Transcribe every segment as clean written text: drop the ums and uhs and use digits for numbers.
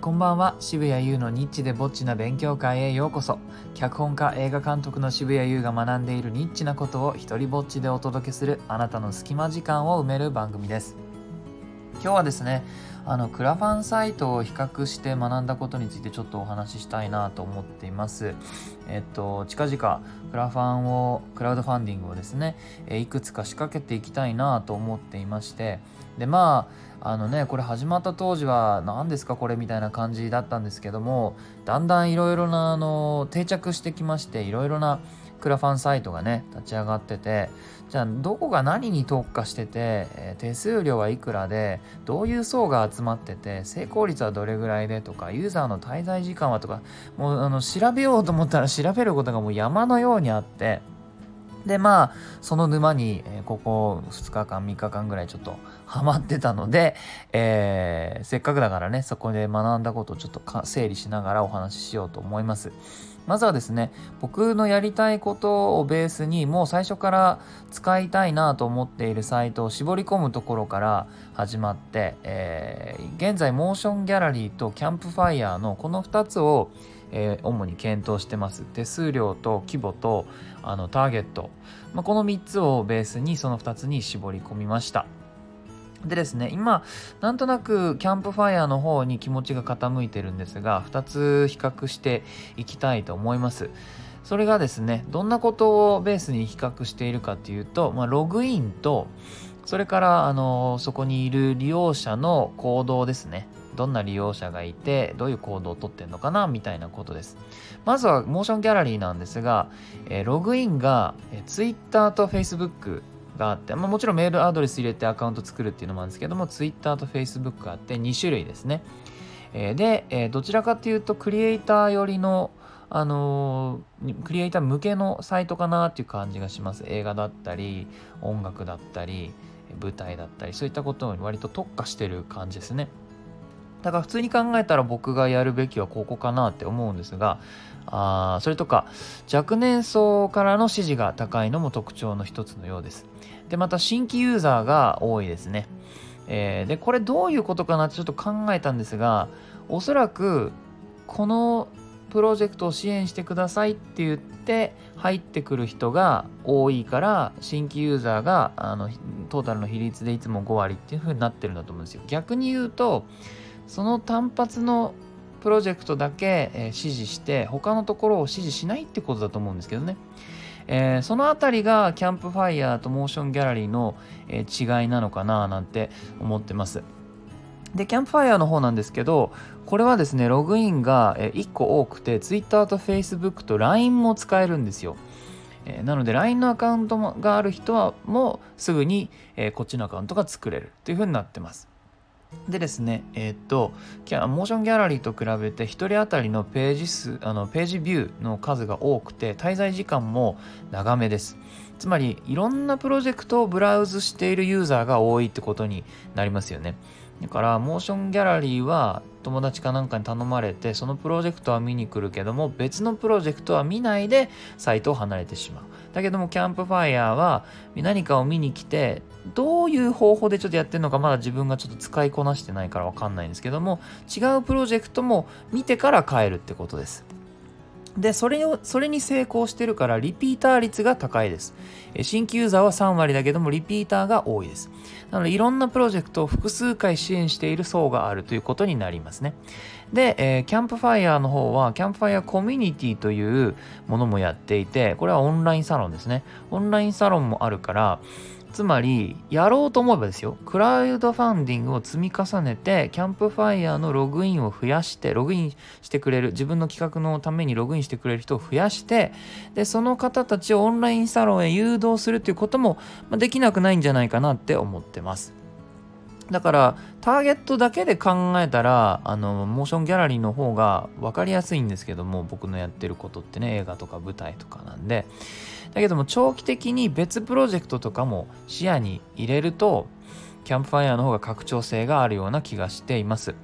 こんばんは。渋谷優のニッチでぼっちな勉強会へようこそ。脚本家映画監督の渋谷優が学んでいるニッチなことを一人ぼっちでお届けするあなたの隙間時間を埋める番組です。今日はですね、クラファンサイトを比較して学んだことについてちょっとお話ししたいなと思っています。近々クラウドファンディングをですね、いくつか仕掛けていきたいなと思っていまして、でこれ始まった当時は何ですかこれみたいな感じだったんですけども、だんだんいろいろな定着してきまして、いろいろなクラファンサイトがね立ち上がってて、じゃあどこが何に特化してて、手数料はいくらで、どういう層が集まってて、成功率はどれぐらいでとか、ユーザーの滞在時間はとか、もう調べようと思ったら調べることがもう山のようにあって、でその沼に、ここ2日間3日間ぐらいちょっとハマってたので、せっかくだからね、そこで学んだことをちょっと整理しながらお話ししようと思います。まずはですね、僕のやりたいことをベースにもう最初から使いたいなと思っているサイトを絞り込むところから始まって、現在モーションギャラリーとキャンプファイヤーのこの2つを主に検討してます。手数料と規模とターゲット、この3つをベースにその2つに絞り込みました。でですね、今なんとなくキャンプファイヤーの方に気持ちが傾いてるんですが、2つ比較していきたいと思います。それがですね、どんなことをベースに比較しているかというと、ログインとそれからそこにいる利用者の行動ですね。どんな利用者がいてどういう行動をとってんのかなみたいなことです。まずはモーションギャラリーなんですが、ログインが Twitter と Facebook があって、もちろんメールアドレス入れてアカウント作るっていうのもあるんですけども、Twitter と Facebook があって2種類ですね。で、どちらかというとクリエイター寄りのクリエイター向けのサイトかなっていう感じがします。映画だったり音楽だったり舞台だったり、そういったことに割と特化してる感じですね。だから普通に考えたら僕がやるべきはここかなって思うんですが、それとか若年層からの支持が高いのも特徴の一つのようです。でまた新規ユーザーが多いですね。でこれどういうことかなってちょっと考えたんですが、おそらくこのプロジェクトを支援してくださいって言って入ってくる人が多いから、新規ユーザーがトータルの比率でいつも5割っていう風になってるんだと思うんですよ。逆に言うと、その単発のプロジェクトだけ支持して他のところを支持しないってことだと思うんですけどね。そのあたりがキャンプファイヤーとモーションギャラリーの違いなのかななんて思ってます。でキャンプファイヤーの方なんですけど、これはですね、ログインが1個多くて Twitter と Facebook と LINE も使えるんですよ。なので LINE のアカウントがある人はもうすぐにこっちのアカウントが作れるっていう風になってます。でですね、モーションギャラリーと比べて1人当たりのページビューの数が多くて、滞在時間も長めです。つまりいろんなプロジェクトをブラウズしているユーザーが多いってことになりますよね。だからモーションギャラリーは友達かなんかに頼まれて、そのプロジェクトは見に来るけども別のプロジェクトは見ないでサイトを離れてしまう。だけどもキャンプファイヤーは何かを見に来て、どういう方法でちょっとやってるのかまだ自分がちょっと使いこなしてないから分かんないんですけども、違うプロジェクトも見てから帰るってことです。でそれに成功してるからリピーター率が高いです。新規ユーザーは3割だけどもリピーターが多いです。なのでいろんなプロジェクトを複数回支援している層があるということになりますね。で、キャンプファイヤーの方はキャンプファイヤーコミュニティというものもやっていて、これはオンラインサロンですね。オンラインサロンもあるから、つまりやろうと思えばですよ、クラウドファンディングを積み重ねてキャンプファイヤーのログインを増やして、ログインしてくれる、自分の企画のためにログインしてくれる人を増やして、でその方たちをオンラインサロンへ誘導するということもできなくないんじゃないかなって思ってます。だからターゲットだけで考えたらモーションギャラリーの方が分かりやすいんですけども、僕のやってることってね、映画とか舞台とかなんで、だけども長期的に別プロジェクトとかも視野に入れるとキャンプファイヤーの方が拡張性があるような気がしています。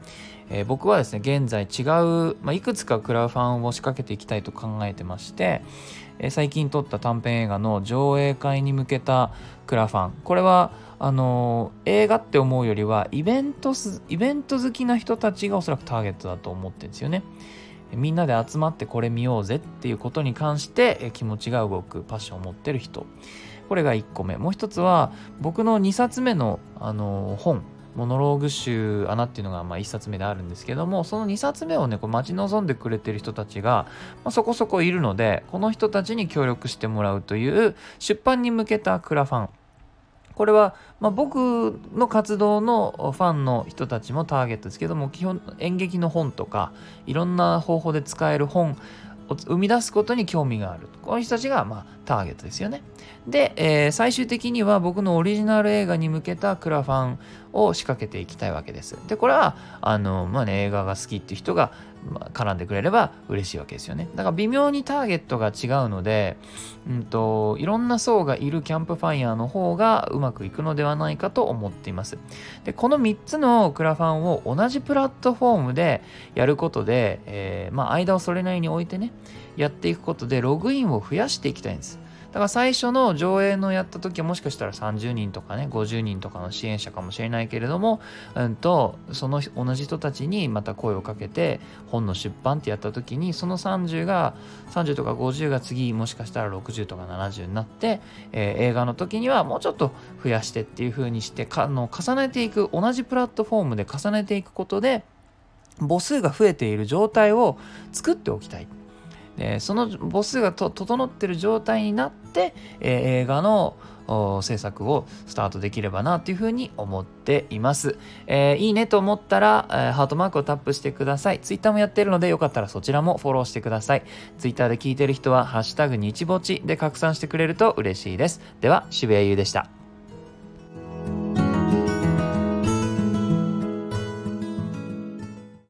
僕はですね現在違う、いくつかクラファンを仕掛けていきたいと考えてまして、最近撮った短編映画の上映会に向けたクラファン、これは映画って思うよりはイベント好きな人たちがおそらくターゲットだと思ってるんですよね。みんなで集まってこれ見ようぜっていうことに関して気持ちが動くパッションを持ってる人、これが1個目。もう一つは僕の2冊目の、本モノローグ集穴っていうのが1冊目であるんですけども、その2冊目をね待ち望んでくれてる人たちが、そこそこいるので、この人たちに協力してもらうという出版に向けたクラファン、これは、僕の活動のファンの人たちもターゲットですけども、基本演劇の本とかいろんな方法で使える本を生み出すことに興味がある、この人たちがターゲットですよね。で、最終的には僕のオリジナル映画に向けたクラファンを仕掛けていきたいわけです。でこれは映画が好きっていう人が絡んでくれれば嬉しいわけですよね。だから微妙にターゲットが違うので、いろんな層がいるキャンプファイヤーの方がうまくいくのではないかと思っています。でこの3つのクラファンを同じプラットフォームでやることで、間をそれなりに置いてねやっていくことでログインを増やしていきたいんです。だから最初の上映のやった時はもしかしたら30人とかね50人とかの支援者かもしれないけれども、その同じ人たちにまた声をかけて本の出版ってやった時に、その30とか50が次もしかしたら60とか70になって、映画の時にはもうちょっと増やしてっていう風にして重ねていく、同じプラットフォームで重ねていくことで母数が増えている状態を作っておきたい。でその母数が整っている状態になって、映画の制作をスタートできればなというふうに思っています。いいねと思ったら、ハートマークをタップしてください。ツイッターもやっているのでよかったらそちらもフォローしてください。ツイッターで聞いている人はハッシュタグ日ぼちで拡散してくれると嬉しいです。では渋谷優でした。